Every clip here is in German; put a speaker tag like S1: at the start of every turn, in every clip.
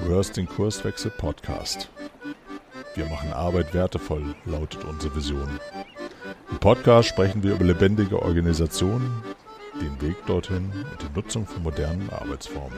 S1: hörst den Kurswechsel Podcast. Wir machen Arbeit wertevoll, lautet unsere Vision. Im Podcast sprechen wir über lebendige Organisationen, den Weg dorthin und die Nutzung von modernen Arbeitsformen.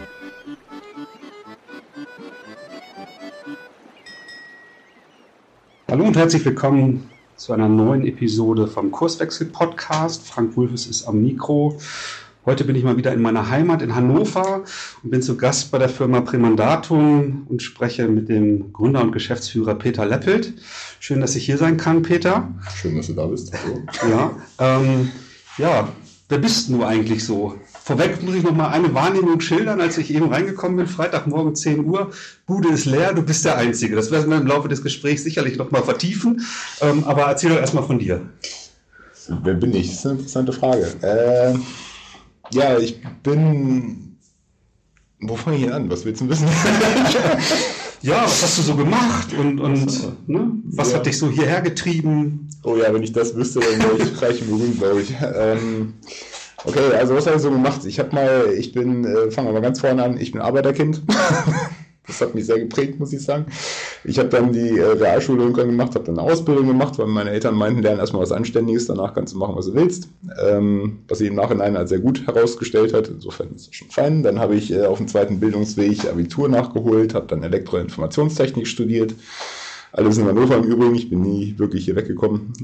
S2: Hallo und herzlich willkommen zu einer neuen Episode vom Kurswechsel Podcast. Frank Wulfes ist am Mikro. Heute bin ich mal wieder in meiner Heimat in Hannover und bin zu Gast bei der Firma Praemandatum und spreche mit dem Gründer und Geschäftsführer Peter Leppelt. Schön, dass ich hier sein kann, Peter.
S3: Schön, dass du da bist. Hallo.
S2: Wer bist du eigentlich so? Vorweg muss ich noch mal eine Wahrnehmung schildern, als ich eben reingekommen bin, Freitagmorgen 10 Uhr, Bude ist leer, du bist der Einzige. Das werden wir im Laufe des Gesprächs sicherlich noch mal vertiefen, aber erzähl doch erstmal von dir.
S3: Wer bin ich? Das ist eine interessante Frage. Ich bin... Wo fange ich an? Was willst du wissen?
S2: Ja, was hast du so gemacht und was hat dich so hierher getrieben?
S3: Oh ja, wenn ich das wüsste, dann wäre ich reich und berühmt, glaube ich. Okay, also was habe ich so gemacht? Fangen wir mal ganz vorne an, ich bin Arbeiterkind. Das hat mich sehr geprägt, muss ich sagen. Ich habe dann die Realschule irgendwann gemacht, habe dann eine Ausbildung gemacht, weil meine Eltern meinten, lern erstmal was Anständiges, danach kannst du machen, was du willst. Was sich im Nachhinein als sehr gut herausgestellt hat, insofern ist das schon fein. Dann habe ich auf dem zweiten Bildungsweg Abitur nachgeholt, habe dann Elektroinformationstechnik studiert. Alles in Hannover im Übrigen, ich bin nie wirklich hier weggekommen.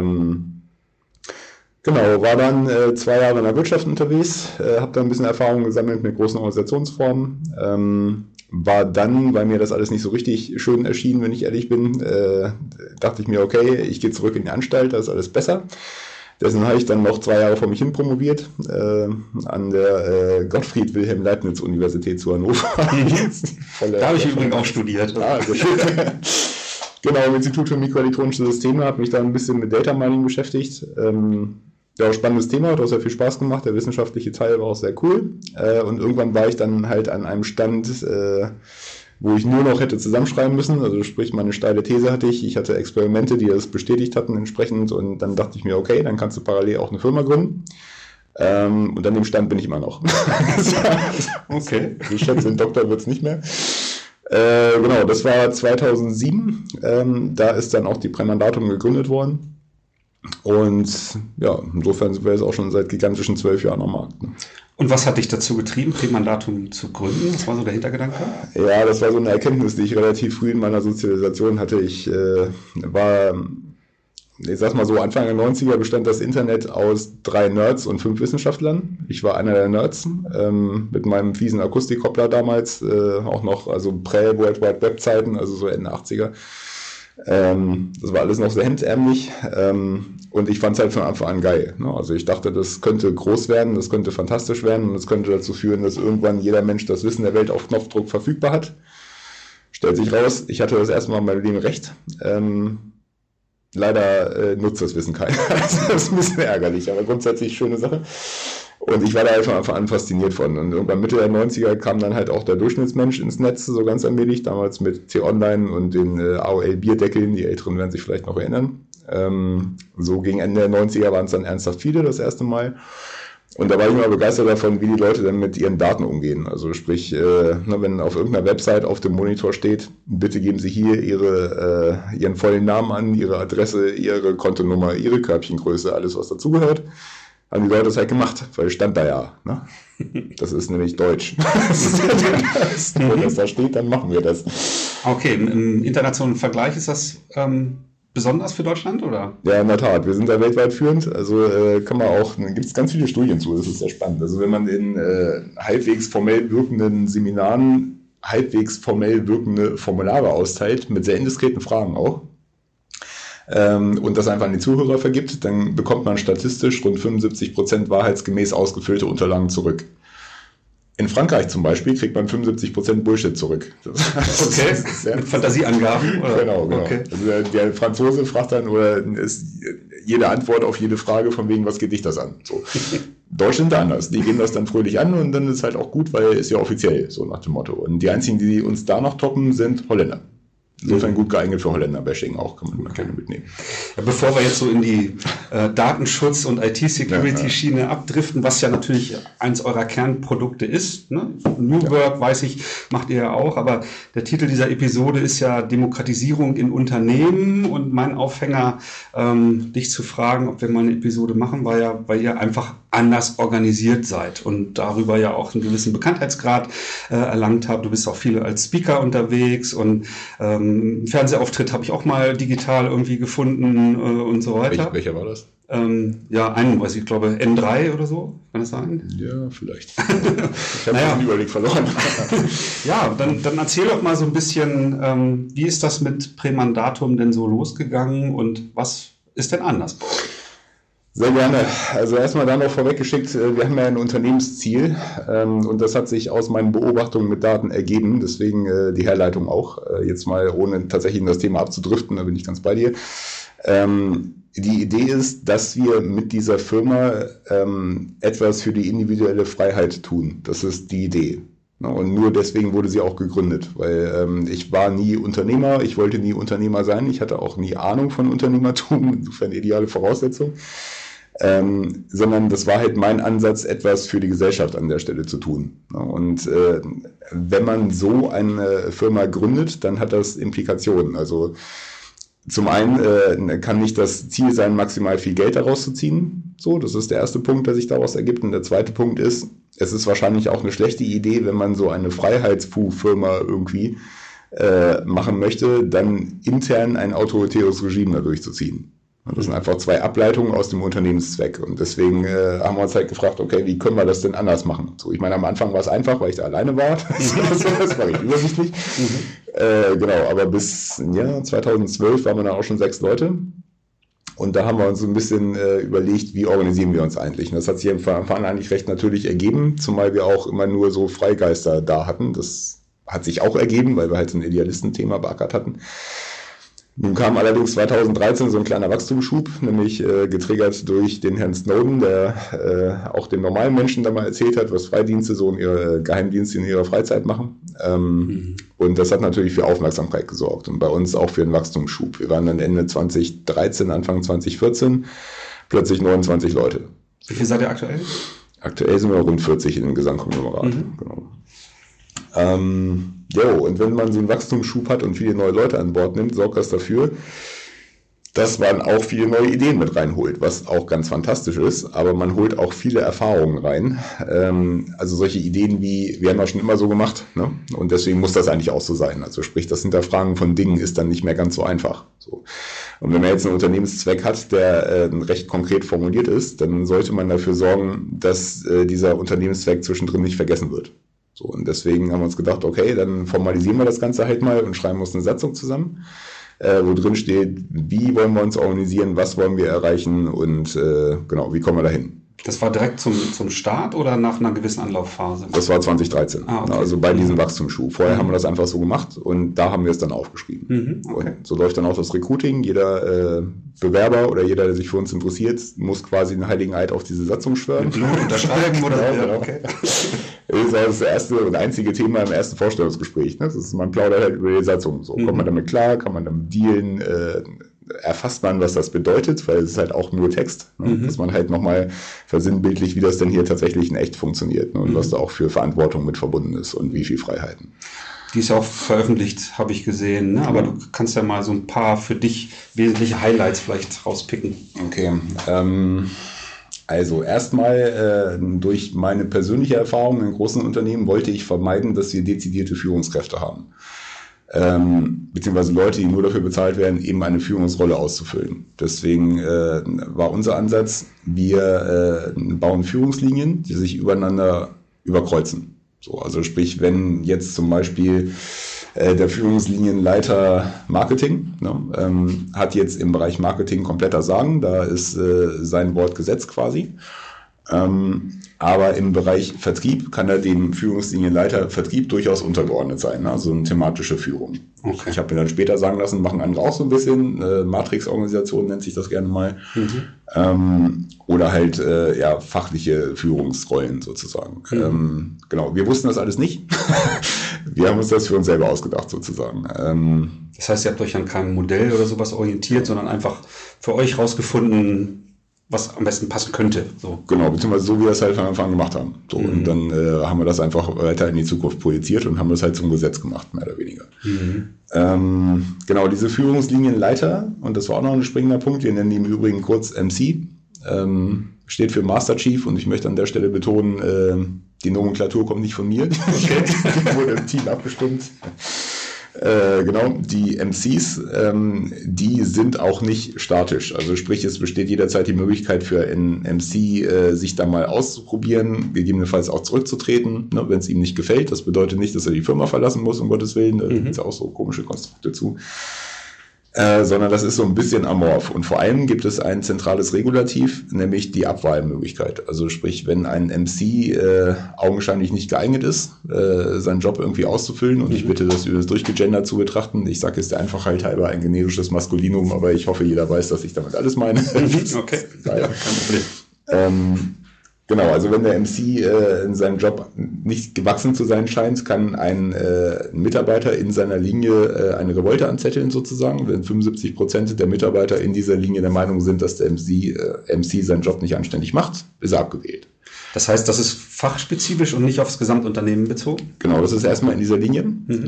S3: War dann 2 Jahre in der Wirtschaft unterwegs, habe da ein bisschen Erfahrung gesammelt mit großen Organisationsformen. War dann, weil mir das alles nicht so richtig schön erschien, wenn ich ehrlich bin, dachte ich mir, okay, ich gehe zurück in die Anstalt, das ist alles besser. Dessen habe ich dann noch 2 Jahre vor mich hin promoviert an der Gottfried Wilhelm Leibniz Universität zu Hannover.
S2: Da habe ich übrigens auch studiert.
S3: Genau, im Institut für Mikroelektronische Systeme, habe mich da ein bisschen mit Data Mining beschäftigt. Spannendes Thema, hat auch sehr viel Spaß gemacht, der wissenschaftliche Teil war auch sehr cool. Und irgendwann war ich dann halt an einem Stand, wo ich nur noch hätte zusammenschreiben müssen, also sprich meine steile These hatte ich hatte Experimente, die das bestätigt hatten entsprechend und dann dachte ich mir, okay, dann kannst du parallel auch eine Firma gründen. Und an dem Stand bin ich immer noch.
S2: Okay.
S3: Ich schätze, den Doktor wird es nicht mehr. Das war 2007, da ist dann auch die Praemandatum gegründet worden. Und ja, insofern sind wir jetzt auch schon seit gigantischen 12 Jahren am Markt. Ne?
S2: Und was hat dich dazu getrieben, Praemandatum zu gründen? Was war so der Hintergedanke?
S3: Ja, das war so eine Erkenntnis, die ich relativ früh in meiner Sozialisation hatte. Ich sag mal so, Anfang der 90er bestand das Internet aus 3 Nerds und 5 Wissenschaftlern. Ich war einer der Nerds, mit meinem fiesen Akustikkoppler damals, auch noch, also Prä-World Wide Web Zeiten, also so Ende 80er. Das war alles noch sehr hemdsärmlich und ich fand es halt von Anfang an geil. Ne? Also ich dachte, das könnte groß werden, das könnte fantastisch werden und es könnte dazu führen, dass irgendwann jeder Mensch das Wissen der Welt auf Knopfdruck verfügbar hat. Stellt sich raus, ich hatte das erste Mal in meinem Leben recht. Leider nutzt das Wissen keiner. Das ist ein bisschen ärgerlich, aber grundsätzlich schöne Sache. Und ich war da einfach von Anfang an fasziniert von. Und irgendwann Mitte der 90er kam dann halt auch der Durchschnittsmensch ins Netz, so ganz allmählich, damals mit T-Online und den AOL-Bierdeckeln, die Älteren werden sich vielleicht noch erinnern. So gegen Ende der 90er waren es dann ernsthaft viele das erste Mal. Und da war ich immer begeistert davon, wie die Leute dann mit ihren Daten umgehen. Also sprich, wenn auf irgendeiner Website auf dem Monitor steht, bitte geben Sie hier Ihren vollen Namen an, Ihre Adresse, Ihre Kontonummer, Ihre Körbchengröße, alles was dazugehört. Haben die Leute das halt gemacht, weil stand da ja. Ne? Das ist nämlich Deutsch. Wenn das da steht, dann machen wir das.
S2: Okay, im internationalen Vergleich ist das besonders für Deutschland, oder?
S3: Ja, in der Tat. Wir sind da weltweit führend. Also gibt es ganz viele Studien zu. Das ist sehr spannend. Also wenn man in halbwegs formell wirkenden Seminaren halbwegs formell wirkende Formulare austeilt, mit sehr indiskreten Fragen auch, und das einfach an die Zuhörer vergibt, dann bekommt man statistisch rund 75% wahrheitsgemäß ausgefüllte Unterlagen zurück. In Frankreich zum Beispiel kriegt man 75% Bullshit zurück.
S2: Okay, mit Fantasieangaben? Oder?
S3: Genau. Okay. Also der Franzose fragt dann, oder ist jede Antwort auf jede Frage von wegen, was geht dich das an? So. Deutschland anders. Die gehen das dann fröhlich an und dann ist es halt auch gut, weil ist ja offiziell, so nach dem Motto. Und die einzigen, die uns da noch toppen, sind Holländer. insofern gut geeignet für Holländer-Bashing auch, kann man gerne mitnehmen.
S2: Ja, bevor wir jetzt so in die Datenschutz- und IT-Security-Schiene abdriften, was ja natürlich eins eurer Kernprodukte ist, ne? New Work, weiß ich, macht ihr ja auch, aber der Titel dieser Episode ist ja Demokratisierung in Unternehmen, und mein Aufhänger, dich zu fragen, ob wir mal eine Episode machen, war ja, weil ihr einfach anders organisiert seid und darüber ja auch einen gewissen Bekanntheitsgrad erlangt habt. Du bist auch viel als Speaker unterwegs, und einen Fernsehauftritt habe ich auch mal digital irgendwie gefunden und so weiter.
S3: Welcher war das?
S2: Einen, weiß ich glaube N3 oder so, kann das sein?
S3: Ja, vielleicht. Ich habe den Überblick verloren.
S2: Ja, dann erzähl doch mal so ein bisschen, wie ist das mit Prämandatum denn so losgegangen und was ist denn anders bei euch?
S3: Sehr gerne. Also erstmal da noch vorweggeschickt, wir haben ja ein Unternehmensziel, und das hat sich aus meinen Beobachtungen mit Daten ergeben, deswegen die Herleitung auch, jetzt mal ohne tatsächlich in das Thema abzudriften, da bin ich ganz bei dir. Die Idee ist, dass wir mit dieser Firma etwas für die individuelle Freiheit tun. Das ist die Idee. Und nur deswegen wurde sie auch gegründet, weil ich war nie Unternehmer, ich wollte nie Unternehmer sein, ich hatte auch nie Ahnung von Unternehmertum, insofern ideale Voraussetzung. Sondern das war halt mein Ansatz, etwas für die Gesellschaft an der Stelle zu tun. Und wenn man so eine Firma gründet, dann hat das Implikationen. Also zum einen kann nicht das Ziel sein, maximal viel Geld daraus zu ziehen. So, das ist der erste Punkt, der sich daraus ergibt. Und der zweite Punkt ist, es ist wahrscheinlich auch eine schlechte Idee, wenn man so eine Freiheitsfu-Firma irgendwie machen möchte, dann intern ein autoritäres Regime da durchzuziehen. Das sind einfach zwei Ableitungen aus dem Unternehmenszweck. Und deswegen haben wir uns halt gefragt, okay, wie können wir das denn anders machen? So, ich meine, am Anfang war es einfach, weil ich da alleine war. Das war recht übersichtlich. Genau, aber bis 2012 waren wir dann auch schon 6 Leute. Und da haben wir uns so ein bisschen überlegt, wie organisieren wir uns eigentlich? Und das hat sich von Anfang an eigentlich recht natürlich ergeben, zumal wir auch immer nur so Freigeister da hatten. Das hat sich auch ergeben, weil wir halt so ein Idealistenthema beackert hatten. Nun kam allerdings 2013 so ein kleiner Wachstumsschub, nämlich getriggert durch den Herrn Snowden, der auch den normalen Menschen da mal erzählt hat, was Freidienste so in ihre Geheimdienste in ihrer Freizeit machen. Und das hat natürlich für Aufmerksamkeit gesorgt und bei uns auch für einen Wachstumsschub. Wir waren dann Ende 2013, Anfang 2014 plötzlich 29 Leute.
S2: Wie viel seid ihr aktuell?
S3: Aktuell sind wir rund 40 in dem Gesamtkonglomerat. Genau. Und wenn man so einen Wachstumsschub hat und viele neue Leute an Bord nimmt, sorgt das dafür, dass man auch viele neue Ideen mit reinholt, was auch ganz fantastisch ist, aber man holt auch viele Erfahrungen rein. Also solche Ideen wie, wir haben das schon immer so gemacht, ne? Und deswegen muss das eigentlich auch so sein. Also sprich, das Hinterfragen von Dingen ist dann nicht mehr ganz so einfach. So. Und wenn man jetzt einen Unternehmenszweck hat, der recht konkret formuliert ist, dann sollte man dafür sorgen, dass dieser Unternehmenszweck zwischendrin nicht vergessen wird. So, und deswegen haben wir uns gedacht, okay, dann formalisieren wir das Ganze halt mal und schreiben uns eine Satzung zusammen, wo drin steht, wie wollen wir uns organisieren, was wollen wir erreichen und wie kommen wir dahin.
S2: Das war direkt zum Start oder nach einer gewissen Anlaufphase?
S3: Das war 2013,
S2: okay.
S3: Also bei diesem Wachstumsschub. Vorher haben wir das einfach so gemacht und da haben wir es dann aufgeschrieben.
S2: Okay.
S3: Und so läuft dann auch das Recruiting. Jeder Bewerber oder jeder, der sich für uns interessiert, muss quasi einen Heiligen Eid auf diese Satzung schwören.
S2: Mit Blut unterschreiben oder?
S3: Genau. Okay. Das ist das erste und einzige Thema im ersten Vorstellungsgespräch. Ne? Das ist, man plaudert halt über die Satzung. So, kommt man damit klar, kann man damit dealen, erfasst man, was das bedeutet, weil es ist halt auch nur Text, ne? Dass man halt nochmal versinnbildlich, wie das denn hier tatsächlich in echt funktioniert, ne? Und was da auch für Verantwortung mit verbunden ist und wie viel Freiheiten.
S2: Die ist ja auch veröffentlicht, habe ich gesehen, ne? Aber du kannst ja mal so ein paar für dich wesentliche Highlights vielleicht rauspicken.
S3: Okay, also erstmal durch meine persönliche Erfahrung in großen Unternehmen wollte ich vermeiden, dass wir dezidierte Führungskräfte haben. Beziehungsweise Leute, die nur dafür bezahlt werden, eben eine Führungsrolle auszufüllen. Deswegen war unser Ansatz, wir bauen Führungslinien, die sich übereinander überkreuzen. So, also sprich, wenn jetzt zum Beispiel der Führungslinienleiter Marketing hat jetzt im Bereich Marketing kompletter Sagen, da ist sein Wort Gesetz quasi. Aber im Bereich Vertrieb kann er dem Führungslinienleiter Vertrieb durchaus untergeordnet sein, also eine thematische Führung. Okay. Ich habe mir dann später sagen lassen, machen andere auch so ein bisschen, Matrix-Organisation nennt sich das gerne mal, oder halt fachliche Führungsrollen sozusagen. Genau, wir wussten das alles nicht. Wir haben uns das für uns selber ausgedacht sozusagen.
S2: Das heißt, ihr habt euch an keinem Modell oder sowas orientiert, sondern einfach für euch rausgefunden, was am besten passen könnte. So.
S3: Genau, beziehungsweise so, wie wir es halt von Anfang an gemacht haben. So, und dann haben wir das einfach weiter in die Zukunft projiziert und haben das halt zum Gesetz gemacht, mehr oder weniger. Genau, diese Führungslinienleiter, und das war auch noch ein springender Punkt, wir nennen die im Übrigen kurz MC, steht für Master Chief, und ich möchte an der Stelle betonen, die Nomenklatur kommt nicht von mir, die wurde im Team abgestimmt. Genau, die MCs, die sind auch nicht statisch. Also sprich, es besteht jederzeit die Möglichkeit für einen MC, sich da mal auszuprobieren, gegebenenfalls auch zurückzutreten, ne, wenn es ihm nicht gefällt. Das bedeutet nicht, dass er die Firma verlassen muss, um Gottes Willen. Da gibt es ja auch so komische Konstrukte zu. Sondern das ist so ein bisschen amorph. Und vor allem gibt es ein zentrales Regulativ, nämlich die Abwahlmöglichkeit. Also sprich, wenn ein MC augenscheinlich nicht geeignet ist, seinen Job irgendwie auszufüllen, und ich bitte das durchgegendert zu betrachten. Ich sage jetzt der Einfachheit halber ein generisches Maskulinum, aber ich hoffe, jeder weiß, dass ich damit alles meine.
S2: Okay, ja, kein Problem.
S3: Genau, also wenn der MC in seinem Job nicht gewachsen zu sein scheint, kann ein Mitarbeiter in seiner Linie eine Revolte anzetteln sozusagen. Wenn 75% der Mitarbeiter in dieser Linie der Meinung sind, dass der MC seinen Job nicht anständig macht, ist er abgewählt.
S2: Das heißt, das ist fachspezifisch und nicht aufs Gesamtunternehmen bezogen?
S3: Genau, das ist erstmal in dieser Linie.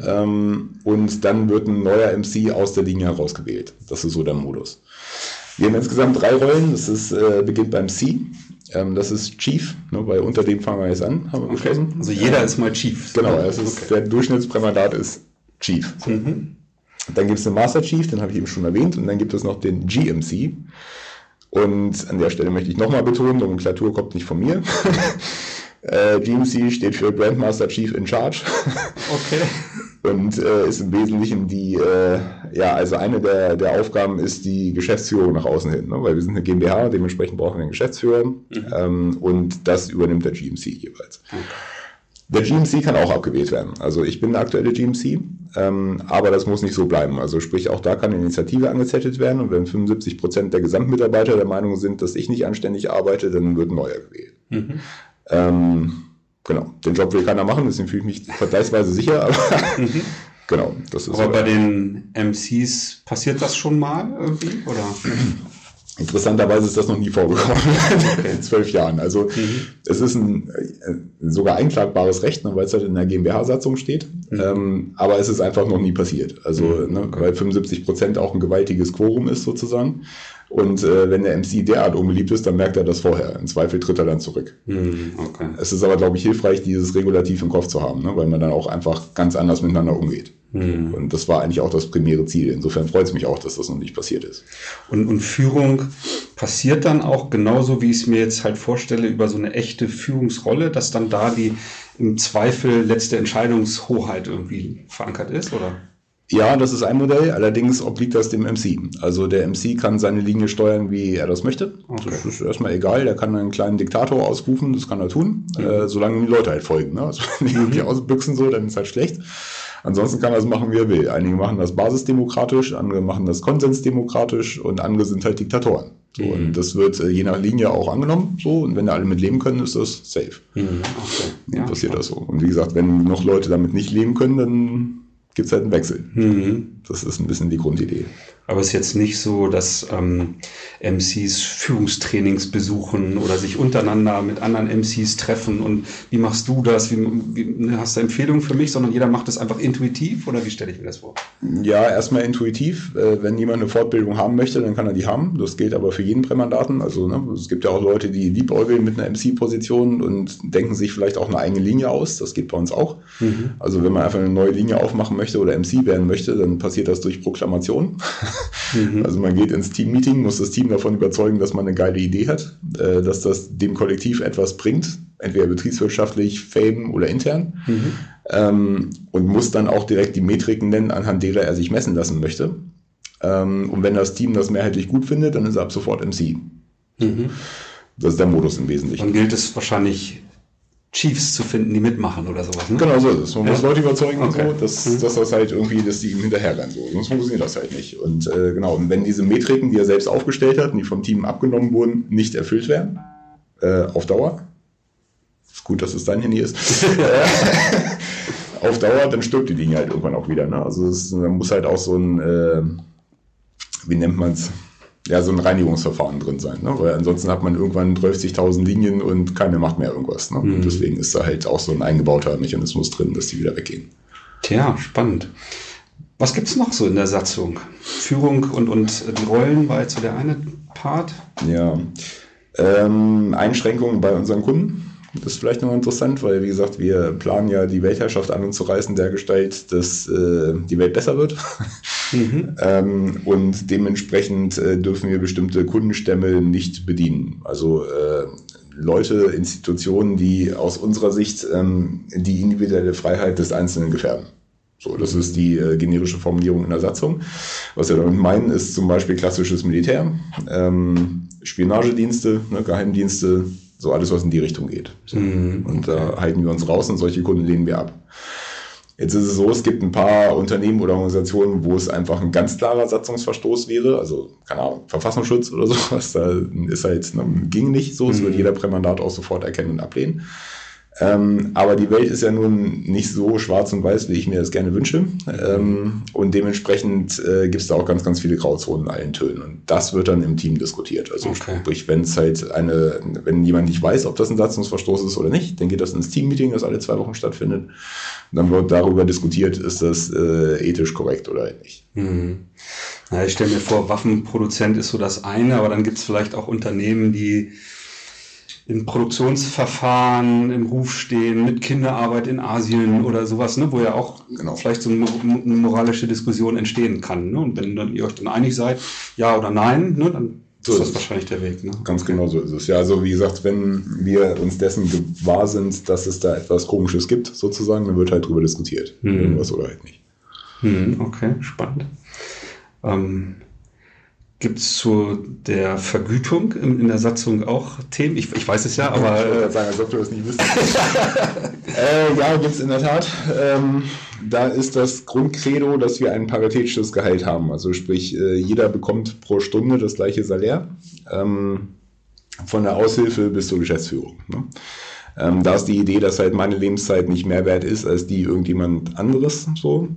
S3: Und dann wird ein neuer MC aus der Linie herausgewählt. Das ist so der Modus. Wir haben insgesamt 3 Rollen. Das beginnt beim C. Das ist Chief, ne, weil unter dem fangen wir jetzt an, haben wir beschlossen.
S2: Also jeder ist mal Chief.
S3: Genau, der Durchschnittsprämandat ist Chief. Dann gibt es den Master Chief, den habe ich eben schon erwähnt, und dann gibt es noch den GMC. Und an der Stelle möchte ich nochmal betonen, Nomenklatur kommt nicht von mir. GMC steht für Grandmaster Chief in Charge.
S2: Okay.
S3: Und ist im Wesentlichen also eine der Aufgaben ist die Geschäftsführung nach außen hin, ne? Weil wir sind eine GmbH, dementsprechend brauchen wir einen Geschäftsführer, und das übernimmt der GMC jeweils. Okay. Der GMC kann auch abgewählt werden. Also ich bin der aktuelle GMC, aber das muss nicht so bleiben. Also sprich, auch da kann eine Initiative angezettelt werden, und wenn 75% der Gesamtmitarbeiter der Meinung sind, dass ich nicht anständig arbeite, dann wird ein neuer gewählt. Genau, den Job will keiner machen, deswegen fühle ich mich vergleichsweise sicher, aber genau, das ist.
S2: Aber so. Bei den MCs passiert das schon mal irgendwie, oder?
S3: Interessanterweise ist das noch nie vorgekommen in 12 Jahren. Also es ist ein sogar einklagbares Recht, ne, weil es halt in der GmbH-Satzung steht, aber es ist einfach noch nie passiert. Also weil 75% auch ein gewaltiges Quorum ist sozusagen. Und wenn der MC derart unbeliebt ist, dann merkt er das vorher. Im Zweifel tritt er dann zurück. Okay. Es ist aber, glaube ich, hilfreich, dieses Regulativ im Kopf zu haben, ne? Weil man dann auch einfach ganz anders miteinander umgeht. Und das war eigentlich auch das primäre Ziel. Insofern freut es mich auch, dass das noch nicht passiert ist.
S2: Und Führung passiert dann auch genauso, wie ich es mir jetzt halt vorstelle, über so eine echte Führungsrolle, dass dann da die im Zweifel letzte Entscheidungshoheit irgendwie verankert ist, oder?
S3: Ja, das ist ein Modell, allerdings obliegt das dem MC. Also der MC kann seine Linie steuern, wie er das möchte. Okay. Das ist erstmal egal, der kann einen kleinen Diktator ausrufen, das kann er tun, solange die Leute halt folgen. Ne? Also wenn die ausbüchsen so, dann ist halt schlecht. Ansonsten kann er das machen, wie er will. Einige machen das basisdemokratisch, andere machen das konsensdemokratisch, und andere sind halt Diktatoren. So, und das wird je nach Linie auch angenommen. So, und wenn da alle mit leben können, ist das safe. Okay. Dann passiert das so. Und wie gesagt, wenn noch Leute damit nicht leben können, dann gibt es halt einen Wechsel. Das ist ein bisschen die Grundidee.
S2: Aber es ist jetzt nicht so, dass MCs Führungstrainings besuchen oder sich untereinander mit anderen MCs treffen und wie machst du das? Wie hast du Empfehlungen für mich? Sondern jeder macht das einfach intuitiv, oder wie stelle ich mir das vor?
S3: Ja, erstmal intuitiv. Wenn jemand eine Fortbildung haben möchte, dann kann er die haben. Das gilt aber für jeden Prämandaten. Also es gibt ja auch Leute, die liebäugeln mit einer MC-Position und denken sich vielleicht auch eine eigene Linie aus. Das geht bei uns auch. Also wenn man einfach eine neue Linie aufmachen möchte oder MC werden möchte, dann passiert das durch Proklamation. Also man geht ins Team-Meeting, muss das Team davon überzeugen, dass man eine geile Idee hat, dass das dem Kollektiv etwas bringt, entweder betriebswirtschaftlich, Fame oder intern, und muss dann auch direkt die Metriken nennen, anhand derer er sich messen lassen möchte. Und wenn das Team das mehrheitlich gut findet, dann ist er ab sofort MC. Das ist der Modus im Wesentlichen.
S2: Dann gilt es wahrscheinlich, Chiefs zu finden, die mitmachen oder sowas. Ne?
S3: Genau so ist es. Man muss Leute überzeugen,
S2: okay.
S3: dass das halt irgendwie, dass die ihm hinterherrennen. So. Sonst funktioniert das halt nicht. Und genau, und wenn diese Metriken, die er selbst aufgestellt hat und die vom Team abgenommen wurden, nicht erfüllt werden, auf Dauer, ist gut, dass es dein Handy ist, auf Dauer, dann stirbt die Dinge halt irgendwann auch wieder. Ne? Also da muss halt auch so ein, wie nennt man es, ja, so ein Reinigungsverfahren drin sein, ne? Weil ansonsten hat man irgendwann 30.000 Linien und keiner macht mehr irgendwas. Ne? Und deswegen ist da halt auch so ein eingebauter Mechanismus drin, dass die wieder weggehen.
S2: Tja, spannend. Was gibt es noch so in der Satzung? Führung und die Rollen war jetzt so der eine Part.
S3: Ja, Einschränkungen bei unseren Kunden. Das ist vielleicht noch interessant, weil, wie gesagt, wir planen ja die Weltherrschaft an uns zu reißen, dergestalt, dass die Welt besser wird. Und dementsprechend dürfen wir bestimmte Kundenstämme nicht bedienen. Also Leute, Institutionen, die aus unserer Sicht die individuelle Freiheit des Einzelnen gefährden. So, das ist die generische Formulierung in der Satzung. Was wir damit meinen, ist zum Beispiel klassisches Militär, Spionagedienste, ne, Geheimdienste, so alles, was in die Richtung geht. So. Und da halten wir uns raus und solche Kunden lehnen wir ab. Jetzt ist es so, es gibt ein paar Unternehmen oder Organisationen, wo es einfach ein ganz klarer Satzungsverstoß wäre, also, keine Ahnung, Verfassungsschutz oder sowas, da ist halt, ging nicht so, es wird jeder Prämandat auch sofort erkennen und ablehnen. Aber die Welt ist ja nun nicht so schwarz und weiß, wie ich mir das gerne wünsche. Und dementsprechend gibt es da auch ganz, ganz viele Grauzonen in allen Tönen. Und das wird dann im Team diskutiert. Also sprich, wenn es halt wenn jemand nicht weiß, ob das ein Satzungsverstoß ist oder nicht, dann geht das ins Teammeeting, das alle 2 Wochen stattfindet. Und dann wird darüber diskutiert, ist das ethisch korrekt oder nicht.
S2: Na, ich stelle mir vor, Waffenproduzent ist so das eine, aber dann gibt es vielleicht auch Unternehmen, die in Produktionsverfahren im Ruf stehen, mit Kinderarbeit in Asien oder sowas, ne, wo ja auch vielleicht so eine moralische Diskussion entstehen kann. Ne? Und wenn dann ihr euch dann einig seid, ja oder nein, ne, dann ist das wahrscheinlich der Weg. Ne?
S3: Ganz genau so ist es. Ja, also wie gesagt, wenn wir uns dessen gewahr sind, dass es da etwas Komisches gibt, sozusagen, dann wird halt drüber diskutiert. Irgendwas oder halt nicht.
S2: Okay, spannend. Gibt es zu der Vergütung in der Satzung auch Themen? Ich weiß es ja, aber...
S3: Ich wollte sagen, als ob du das nicht wüsstest. Ja, gibt es in der Tat. Da ist das Grundcredo, dass wir ein paritätisches Gehalt haben. Also sprich, jeder bekommt pro Stunde das gleiche Salär. Von der Aushilfe bis zur Geschäftsführung. Ne? Da ist die Idee, dass halt meine Lebenszeit nicht mehr wert ist als die irgendjemand anderes. So.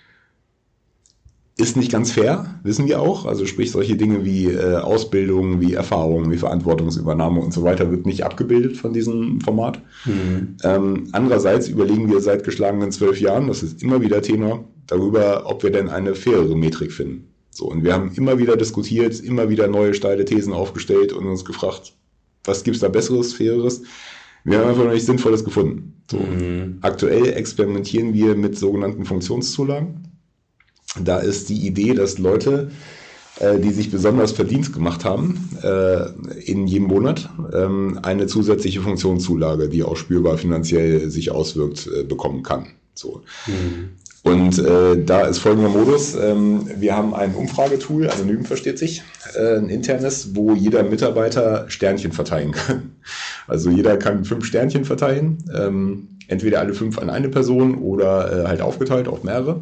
S3: Ist nicht ganz fair, wissen wir auch. Also sprich, solche Dinge wie Ausbildung, wie Erfahrung, wie Verantwortungsübernahme und so weiter wird nicht abgebildet von diesem Format. Andererseits überlegen wir seit geschlagenen 12 Jahren, das ist immer wieder Thema, darüber, ob wir denn eine fairere Metrik finden. So, und wir haben immer wieder diskutiert, immer wieder neue steile Thesen aufgestellt und uns gefragt, was gibt's da Besseres, Faireres? Wir haben einfach noch nichts Sinnvolles gefunden. So, aktuell experimentieren wir mit sogenannten Funktionszulagen. Da ist die Idee, dass Leute, die sich besonders verdient gemacht haben, in jedem Monat eine zusätzliche Funktionszulage, die auch spürbar finanziell sich auswirkt, bekommen kann. So. Und da ist folgender Modus. Wir haben ein Umfragetool, anonym versteht sich, ein internes, wo jeder Mitarbeiter Sternchen verteilen kann. Also jeder kann 5 Sternchen verteilen, entweder alle 5 an eine Person oder halt aufgeteilt auf mehrere.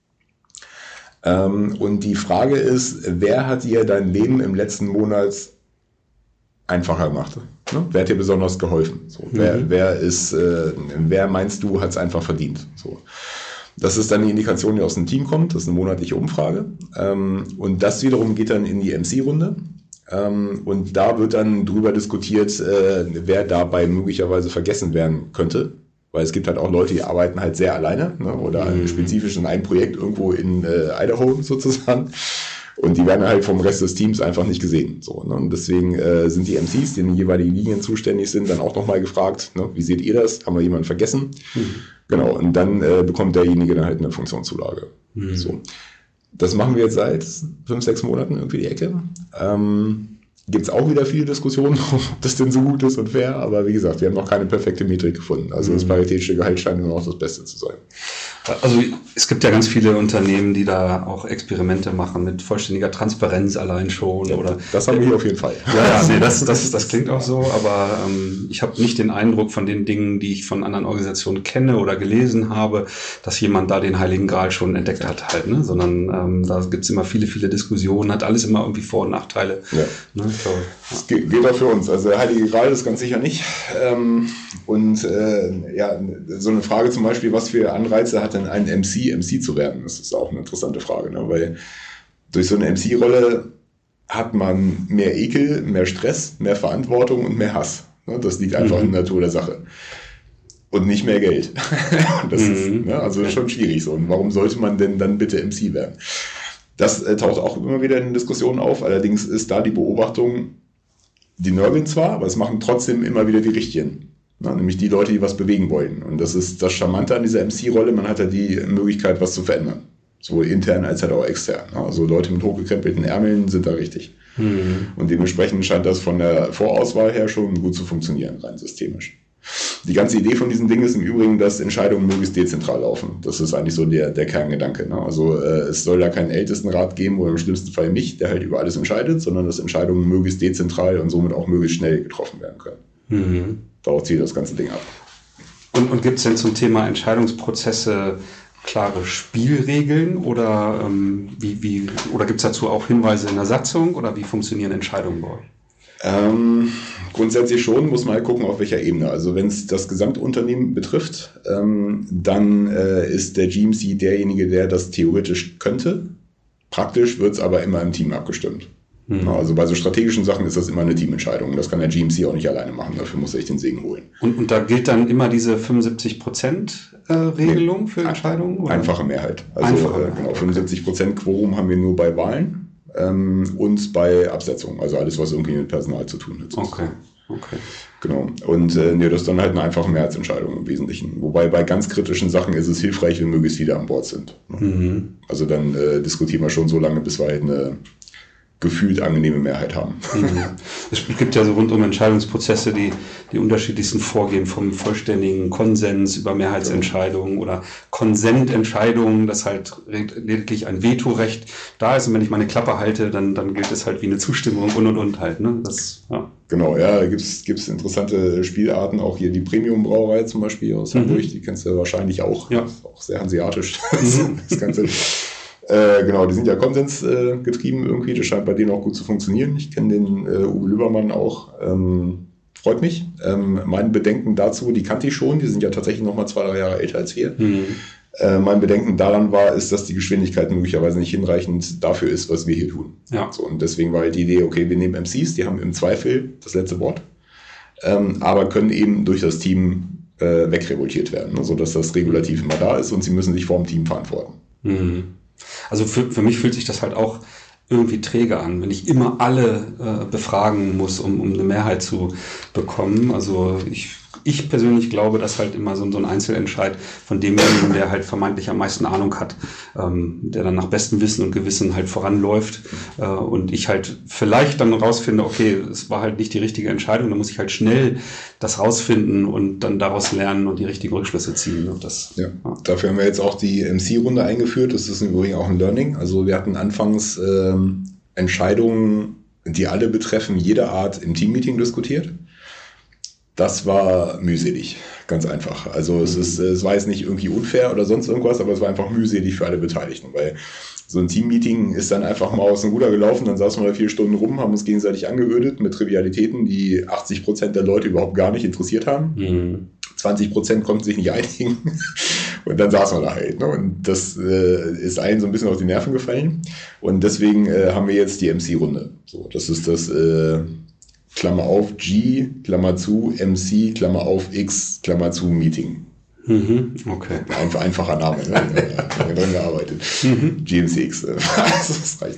S3: Und die Frage ist, wer hat dir dein Leben im letzten Monat einfacher gemacht? Ne? Wer hat dir besonders geholfen? So, wer meinst du, hat es einfach verdient? So. Das ist dann die Indikation, die aus dem Team kommt. Das ist eine monatliche Umfrage. Und das wiederum geht dann in die MC-Runde. Und da wird dann drüber diskutiert, wer dabei möglicherweise vergessen werden könnte. Weil es gibt halt auch Leute, die arbeiten halt sehr alleine, ne, oder spezifisch in einem Projekt irgendwo in Idaho sozusagen. Und die werden halt vom Rest des Teams einfach nicht gesehen. So, ne? Und deswegen sind die MCs, die in den jeweiligen Linien zuständig sind, dann auch nochmal gefragt, ne, wie seht ihr das? Haben wir jemanden vergessen? Genau, und dann bekommt derjenige dann halt eine Funktionszulage. So. Das machen wir jetzt seit 5-6 Monaten irgendwie die Ecke. Gibt es auch wieder viele Diskussionen, ob das denn so gut ist und fair, aber wie gesagt, wir haben noch keine perfekte Metrik gefunden. Also das paritätische Gehalt scheint immer noch das Beste zu sein.
S2: Also es gibt ja ganz viele Unternehmen, die da auch Experimente machen mit vollständiger Transparenz allein schon.
S3: Ja,
S2: oder
S3: das haben wir hier auf jeden Fall.
S2: Ja, nee, das klingt auch so, aber ich habe nicht den Eindruck von den Dingen, die ich von anderen Organisationen kenne oder gelesen habe, dass jemand da den Heiligen Gral schon entdeckt hat halt, ne? Sondern da gibt's immer viele Eine hat alles immer irgendwie Vor- und Nachteile.
S3: Ja.
S2: Ne? Ich glaube,
S3: das geht auch für uns. Also der Heilige Gral ist ganz sicher nicht. So eine Frage zum Beispiel, was für Anreize hat denn ein MC zu werden? Das ist auch eine interessante Frage, ne? Weil durch so eine MC-Rolle hat man mehr Ekel, mehr Stress, mehr Verantwortung und mehr Hass. Ne? Das liegt einfach in der Natur der Sache. Und nicht mehr Geld. Das ist also schon schwierig so. Und warum sollte man denn dann bitte MC werden? Das taucht auch immer wieder in Diskussionen auf. Allerdings ist da die Beobachtung, die nörgeln zwar, aber es machen trotzdem immer wieder die Richtigen. Na, nämlich die Leute, die was bewegen wollen. Und das ist das Charmante an dieser MC-Rolle. Man hat ja die Möglichkeit, was zu verändern. Sowohl intern als halt auch extern. Also Leute mit hochgekrempelten Ärmeln sind da richtig. Und dementsprechend scheint das von der Vorauswahl her schon gut zu funktionieren, rein systemisch. Die ganze Idee von diesem Ding ist im Übrigen, dass Entscheidungen möglichst dezentral laufen. Das ist eigentlich so der Kerngedanke. Ne? Also es soll da keinen Ältestenrat geben oder im schlimmsten Fall mich, der halt über alles entscheidet, sondern dass Entscheidungen möglichst dezentral und somit auch möglichst schnell getroffen werden können. Darauf zielt das ganze Ding ab.
S2: Und gibt es denn zum Thema Entscheidungsprozesse klare Spielregeln oder oder gibt es dazu auch Hinweise in der Satzung oder wie funktionieren Entscheidungen bei euch?
S3: Grundsätzlich schon, muss man halt gucken, auf welcher Ebene. Also wenn es das Gesamtunternehmen betrifft, dann ist der GMC derjenige, der das theoretisch könnte. Praktisch wird es aber immer im Team abgestimmt. Also bei so strategischen Sachen ist das immer eine Teamentscheidung. Das kann der GMC auch nicht alleine machen. Dafür muss er sich den Segen holen.
S2: Und da gilt dann immer diese 75%-Regelung für Entscheidungen? Oder?
S3: Einfache Mehrheit. Also genau, 75% Quorum haben wir nur bei Wahlen und bei Absetzungen. Also alles, was irgendwie mit Personal zu tun hat.
S2: Okay.
S3: Genau. Und das ist dann halt eine einfache Mehrheitsentscheidung im Wesentlichen. Wobei bei ganz kritischen Sachen ist es hilfreich, wenn möglichst viele an Bord sind. Also dann diskutieren wir schon so lange, bis wir halt eine gefühlt angenehme Mehrheit haben.
S2: Es gibt ja so rund um Entscheidungsprozesse die unterschiedlichsten Vorgehen vom vollständigen Konsens über Mehrheitsentscheidungen oder Konsententscheidungen, dass halt lediglich ein Vetorecht da ist und wenn ich meine Klappe halte, dann gilt es halt wie eine Zustimmung und halt. Ne? Das, ja.
S3: Genau, ja, da gibt's interessante Spielarten, auch hier die Premium-Brauerei zum Beispiel aus Hamburg, die kennst du wahrscheinlich auch,
S2: ja.
S3: Auch sehr hanseatisch, das Ganze. Genau, die sind ja konsensgetrieben irgendwie, das scheint bei denen auch gut zu funktionieren. Ich kenne den Uwe Lübermann auch, freut mich. Mein Bedenken dazu, die kannte ich schon, die sind ja tatsächlich nochmal 2-3 Jahre älter als wir. Mein Bedenken daran ist, dass die Geschwindigkeit möglicherweise nicht hinreichend dafür ist, was wir hier tun.
S2: Ja.
S3: So, und deswegen war halt die Idee, okay, wir nehmen MCs, die haben im Zweifel das letzte Wort, aber können eben durch das Team wegrevoltiert werden, ne, sodass das Regulativ immer da ist und sie müssen sich vor dem Team verantworten.
S2: Also für mich fühlt sich das halt auch irgendwie träge an, wenn ich immer alle befragen muss, um eine Mehrheit zu bekommen. Also ich persönlich glaube, dass halt immer so ein Einzelentscheid von demjenigen, der halt vermeintlich am meisten Ahnung hat, der dann nach bestem Wissen und Gewissen halt voranläuft und ich halt vielleicht dann rausfinde, okay, es war halt nicht die richtige Entscheidung, dann muss ich halt schnell das rausfinden und dann daraus lernen und die richtigen Rückschlüsse ziehen.
S3: Dafür haben wir jetzt auch die MC-Runde eingeführt, das ist im Übrigen auch ein Learning. Also wir hatten anfangs Entscheidungen, die alle betreffen, jede Art im Teammeeting diskutiert. Das war mühselig, ganz einfach. Also es war jetzt nicht irgendwie unfair oder sonst irgendwas, aber es war einfach mühselig für alle Beteiligten, weil so ein Teammeeting ist dann einfach mal aus dem Ruder gelaufen, dann saßen wir da 4 Stunden rum, haben uns gegenseitig angeödet mit Trivialitäten, die 80% der Leute überhaupt gar nicht interessiert haben. 20% konnten sich nicht einigen und dann saßen wir da halt. Ne? Und das ist allen so ein bisschen auf die Nerven gefallen und deswegen haben wir jetzt die MC-Runde. So, das ist das Klammer auf G, Klammer zu, MC, Klammer auf X, Klammer zu, Meeting.
S2: Okay.
S3: Einfacher Name, ne? Haben wir dran gearbeitet. GMCX. Das reicht.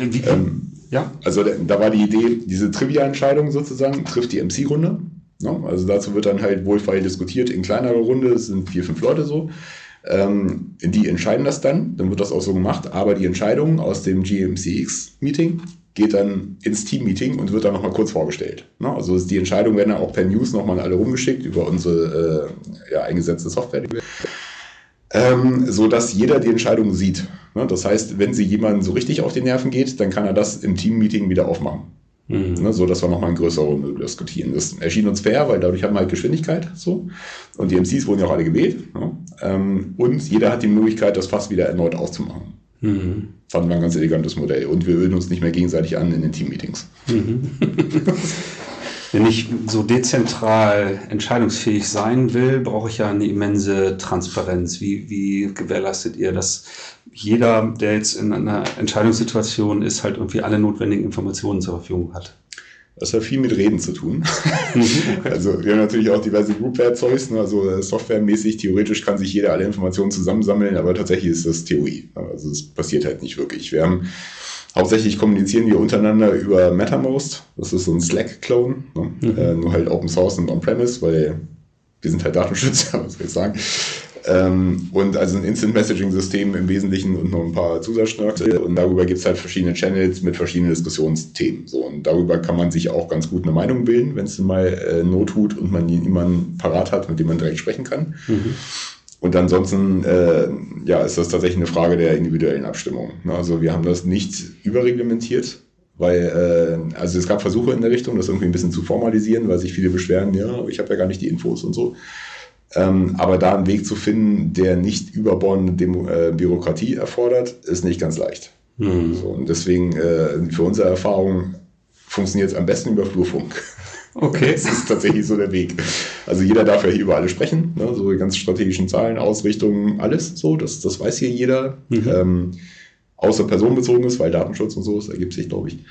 S2: Ja.
S3: Also da war die Idee, diese Trivia-Entscheidung sozusagen trifft die MC-Runde. Ne? Also dazu wird dann halt wohlfeil diskutiert in kleinerer Runde, es sind 4-5 Leute so. Die entscheiden das dann wird das auch so gemacht, aber die Entscheidung aus dem GMCX-Meeting geht dann ins Team-Meeting und wird dann nochmal kurz vorgestellt. Ne? Also die Entscheidungen werden dann auch per News nochmal alle rumgeschickt über unsere eingesetzte Software. So dass jeder die Entscheidung sieht. Ne? Das heißt, wenn sie jemanden so richtig auf die Nerven geht, dann kann er das im Team-Meeting wieder aufmachen. Ne? So dass wir nochmal in größerer Runde diskutieren. Das erschien uns fair, weil dadurch haben wir halt Geschwindigkeit. So. Und die MCs wurden ja auch alle gewählt. Ne? Und jeder hat die Möglichkeit, das Fass wieder erneut aufzumachen. Fanden wir ein ganz elegantes Modell. Und wir öden uns nicht mehr gegenseitig an in den Team-Meetings.
S2: Wenn ich so dezentral entscheidungsfähig sein will, brauche ich ja eine immense Transparenz. Wie gewährleistet ihr, dass jeder, der jetzt in einer Entscheidungssituation ist, halt irgendwie alle notwendigen Informationen zur Verfügung hat?
S3: Das hat viel mit Reden zu tun. Okay. Also wir haben natürlich auch diverse Group-Werkzeugs, ne? Also softwaremäßig, theoretisch kann sich jeder alle Informationen zusammensammeln, aber tatsächlich ist das Theorie. Also es passiert halt nicht wirklich. Hauptsächlich kommunizieren wir untereinander über Mattermost. Das ist so ein Slack-Clone, ne? Nur halt Open Source und On-Premise, weil wir sind halt Datenschützer, was soll ich sagen. Und also ein Instant-Messaging-System im Wesentlichen und noch ein paar Zusatzschnörkel. Und darüber gibt es halt verschiedene Channels mit verschiedenen Diskussionsthemen. So, und darüber kann man sich auch ganz gut eine Meinung bilden, wenn es mal Not tut und man jemanden parat hat, mit dem man direkt sprechen kann. Und ansonsten ist das tatsächlich eine Frage der individuellen Abstimmung. Also wir haben das nicht überreglementiert, weil es gab Versuche in der Richtung, das irgendwie ein bisschen zu formalisieren, weil sich viele beschweren, ja, ich habe ja gar nicht die Infos und so. Aber da einen Weg zu finden, der nicht überbordende Bürokratie erfordert, ist nicht ganz leicht. So, und deswegen, für unsere Erfahrung, funktioniert es am besten über Flurfunk. Okay. Das ist tatsächlich so der Weg. Also jeder darf ja hier über alles sprechen, ne? So die ganz strategischen Zahlen, Ausrichtungen, alles so, das weiß hier jeder. Außer personenbezogenes, weil Datenschutz und so, das ergibt sich, glaube ich.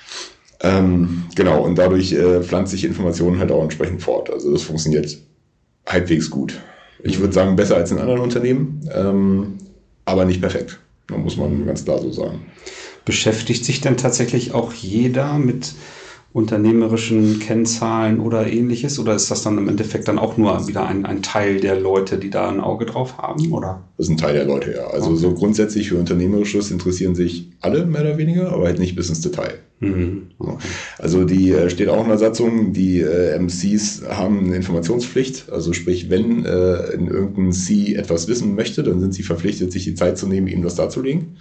S3: Genau, und dadurch pflanzt sich Informationen halt auch entsprechend fort. Also das funktioniert halbwegs gut. Ich würde sagen, besser als in anderen Unternehmen, aber nicht perfekt. Da muss man ganz klar so sagen.
S2: Beschäftigt sich denn tatsächlich auch jeder mit unternehmerischen Kennzahlen oder ähnliches? Oder ist das dann im Endeffekt dann auch nur wieder ein Teil der Leute, die da ein Auge drauf haben? Oder?
S3: Das ist ein Teil der Leute, ja. Also okay. So grundsätzlich für Unternehmerisches interessieren sich alle mehr oder weniger, aber halt nicht bis ins Detail. Okay. Also die steht auch in der Satzung, die MCs haben eine Informationspflicht. Also sprich, wenn in irgendein C etwas wissen möchte, dann sind sie verpflichtet, sich die Zeit zu nehmen, ihm das darzulegen.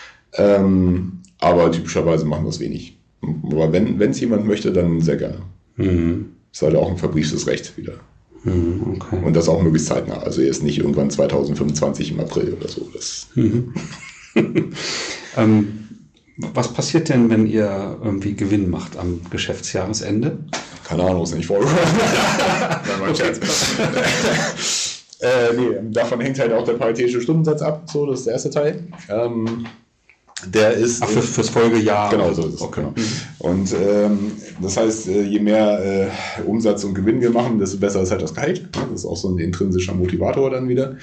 S3: Aber typischerweise machen das wenig. Aber wenn es jemand möchte, dann sehr gerne. Ist halt auch ein verbrieftes Recht wieder. Okay. Und das auch möglichst zeitnah. Also erst nicht irgendwann 2025 im April oder so.
S2: Was passiert denn, wenn ihr irgendwie Gewinn macht am Geschäftsjahresende?
S3: Keine Ahnung, ist nicht vorgekommen. Davon hängt halt auch der paritätische Stundensatz ab. So, das ist der erste Teil. Der ist
S2: fürs Folgejahr.
S3: Genau, so ist es. Okay. Genau. Und das heißt, je mehr Umsatz und Gewinn wir machen, desto besser ist halt das Gehalt. Das ist auch so ein intrinsischer Motivator dann wieder.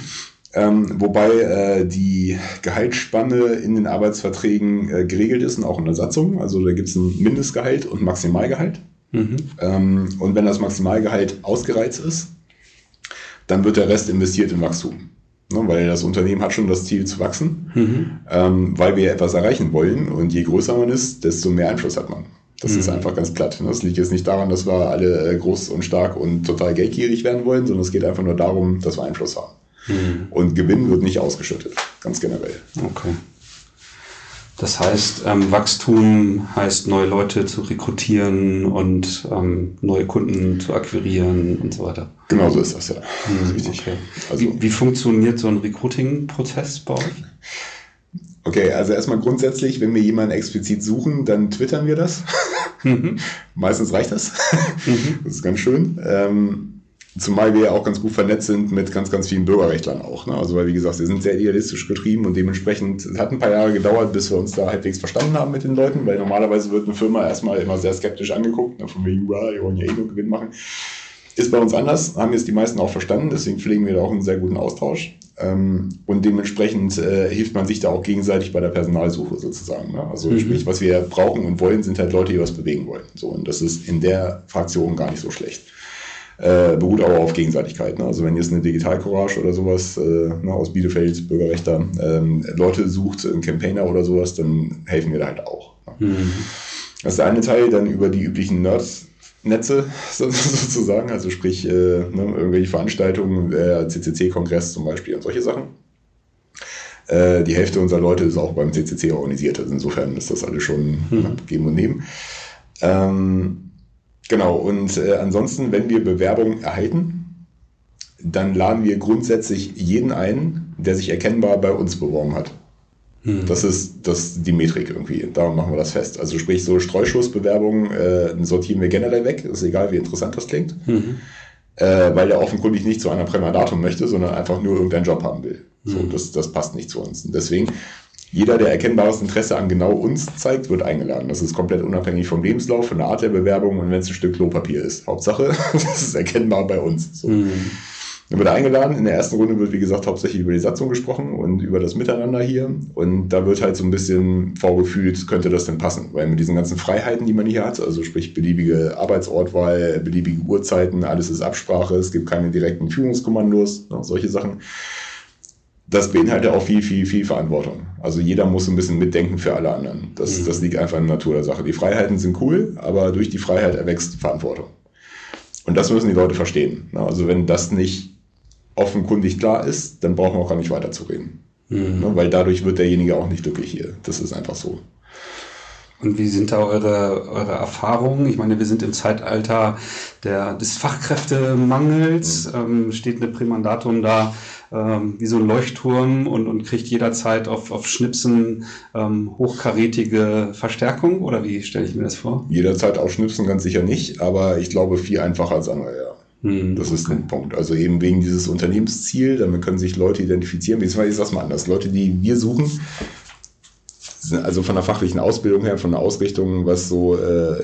S3: Wobei die Gehaltsspanne in den Arbeitsverträgen geregelt ist und auch in der Satzung. Also da gibt es ein Mindestgehalt und Maximalgehalt. Und wenn das Maximalgehalt ausgereizt ist, dann wird der Rest investiert in Wachstum. Weil das Unternehmen hat schon das Ziel zu wachsen, weil wir etwas erreichen wollen. Und je größer man ist, desto mehr Einfluss hat man. Das ist einfach ganz platt. Das liegt jetzt nicht daran, dass wir alle groß und stark und total geldgierig werden wollen, sondern es geht einfach nur darum, dass wir Einfluss haben. Und Gewinn wird nicht ausgeschüttet, ganz generell.
S2: Okay. Das heißt, Wachstum heißt, neue Leute zu rekrutieren und neue Kunden zu akquirieren und so weiter.
S3: Genau so ist das, ja. Das ist richtig.
S2: Okay. Also, wie funktioniert so ein Recruiting-Prozess bei euch?
S3: Okay, also erstmal grundsätzlich, wenn wir jemanden explizit suchen, dann twittern wir das. Meistens reicht das. Das ist ganz schön. Zumal wir ja auch ganz gut vernetzt sind mit ganz, ganz vielen Bürgerrechtlern auch. Ne? Also weil, wie gesagt, wir sind sehr idealistisch getrieben und dementsprechend, es hat ein paar Jahre gedauert, bis wir uns da halbwegs verstanden haben mit den Leuten, weil normalerweise wird eine Firma erstmal immer sehr skeptisch angeguckt, ne? Von wegen, die wollen ja eh nur Gewinn machen. Ist bei uns anders, haben jetzt die meisten auch verstanden, deswegen pflegen wir da auch einen sehr guten Austausch. Und dementsprechend hilft man sich da auch gegenseitig bei der Personalsuche sozusagen. Ne? Also sprich, was wir brauchen und wollen, sind halt Leute, die was bewegen wollen. So, und das ist in der Fraktion gar nicht so schlecht. beruht aber auf Gegenseitigkeit. Ne? Also wenn jetzt eine Digital Courage oder sowas aus Bielefeld, Bürgerrechter, Leute sucht, einen Campaigner oder sowas, dann helfen wir da halt auch. Ne? Mhm. Das ist der eine Teil, dann über die üblichen Netze sozusagen, also sprich irgendwelche Veranstaltungen, CCC-Kongress zum Beispiel und solche Sachen. Die Hälfte unserer Leute ist auch beim CCC organisiert, also insofern ist das alles schon geben und nehmen. Genau, und ansonsten, wenn wir Bewerbungen erhalten, dann laden wir grundsätzlich jeden ein, der sich erkennbar bei uns beworben hat. Das ist die Metrik irgendwie, darum machen wir das fest. Also sprich, so Streuschussbewerbungen sortieren wir generell weg, ist egal, wie interessant das klingt, weil er offenkundig nicht zu einer Prämandatum möchte, sondern einfach nur irgendeinen Job haben will. So, das passt nicht zu uns. Und deswegen, jeder, der erkennbares Interesse an genau uns zeigt, wird eingeladen. Das ist komplett unabhängig vom Lebenslauf, von der Art der Bewerbung und wenn es ein Stück Klopapier ist. Hauptsache, das ist erkennbar bei uns. So. Dann wird er eingeladen. In der ersten Runde wird, wie gesagt, hauptsächlich über die Satzung gesprochen und über das Miteinander hier. Und da wird halt so ein bisschen vorgefühlt, könnte das denn passen? Weil mit diesen ganzen Freiheiten, die man hier hat, also sprich beliebige Arbeitsortwahl, beliebige Uhrzeiten, alles ist Absprache, es gibt keine direkten Führungskommandos, solche Sachen. Das beinhaltet auch viel, viel, viel Verantwortung. Also jeder muss ein bisschen mitdenken für alle anderen. Das liegt einfach in der Natur der Sache. Die Freiheiten sind cool, aber durch die Freiheit erwächst Verantwortung. Und das müssen die Leute verstehen. Also wenn das nicht offenkundig klar ist, dann brauchen wir auch gar nicht weiterzureden. Weil dadurch wird derjenige auch nicht glücklich hier. Das ist einfach so.
S2: Und wie sind da eure Erfahrungen? Ich meine, wir sind im Zeitalter des Fachkräftemangels. Steht eine Prämandatum da wie so ein Leuchtturm und kriegt jederzeit auf Schnipsen hochkarätige Verstärkung? Oder wie stelle ich mir das vor?
S3: Jederzeit auf Schnipsen ganz sicher nicht, aber ich glaube viel einfacher als andere, ja. Das ist ein Punkt. Also eben wegen dieses Unternehmensziel, damit können sich Leute identifizieren. Beziehungsweise ich sag's mal anders. Leute, die wir suchen, sind also von der fachlichen Ausbildung her, von der Ausrichtung, was so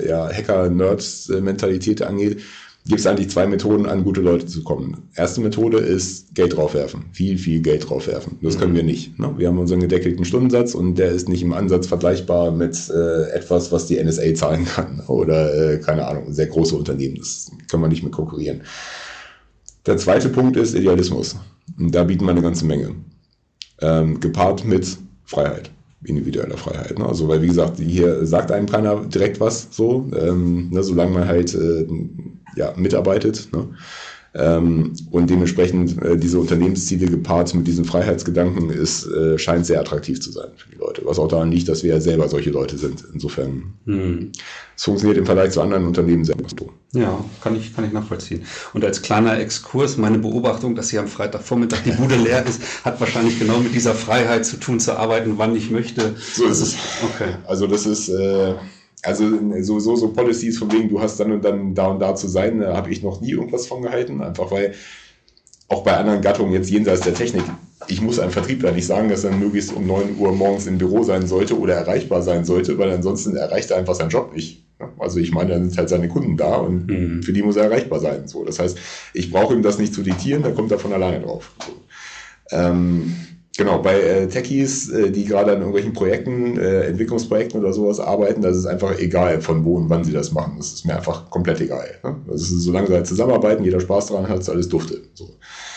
S3: Hacker-Nerds-Mentalität angeht, gibt es eigentlich 2 Methoden, an gute Leute zu kommen. Erste Methode ist Geld draufwerfen. Viel, viel Geld draufwerfen. Das können wir nicht. Ne? Wir haben unseren gedeckelten Stundensatz und der ist nicht im Ansatz vergleichbar mit etwas, was die NSA zahlen kann. Oder, keine Ahnung, sehr große Unternehmen. Das können wir nicht mit konkurrieren. Der zweite Punkt ist Idealismus. Und da bieten wir eine ganze Menge. Gepaart mit Freiheit. Individueller Freiheit. Ne? Also, weil, wie gesagt, hier sagt einem keiner direkt was, so, solange man halt mitarbeitet. Ne? Und dementsprechend diese Unternehmensziele gepaart mit diesen Freiheitsgedanken scheint sehr attraktiv zu sein für die Leute. Was auch daran liegt, dass wir ja selber solche Leute sind. Insofern, es funktioniert im Vergleich zu anderen Unternehmen sehr gut.
S2: Ja, kann ich nachvollziehen. Und als kleiner Exkurs, meine Beobachtung, dass hier am Freitagvormittag die Bude leer ist, hat wahrscheinlich genau mit dieser Freiheit zu tun, zu arbeiten, wann ich möchte.
S3: So ist es. Okay. Also das ist... Also sowieso so Policies von wegen, du hast dann und dann da und da zu sein, da habe ich noch nie irgendwas von gehalten. Einfach weil, auch bei anderen Gattungen jetzt jenseits der Technik, ich muss einem Vertriebler nicht sagen, dass er möglichst um 9 Uhr morgens im Büro sein sollte oder erreichbar sein sollte, weil ansonsten erreicht er einfach seinen Job nicht. Also ich meine, da sind halt seine Kunden da und für die muss er erreichbar sein. So, das heißt, ich brauche ihm das nicht zu diktieren, da kommt er von alleine drauf. So. Genau, bei Techies, die gerade an irgendwelchen Projekten, Entwicklungsprojekten oder sowas arbeiten, das ist einfach egal, von wo und wann sie das machen. Das ist mir einfach komplett egal. Ne? Das ist, solange sie halt zusammenarbeiten, jeder Spaß daran hat, ist alles dufte. So.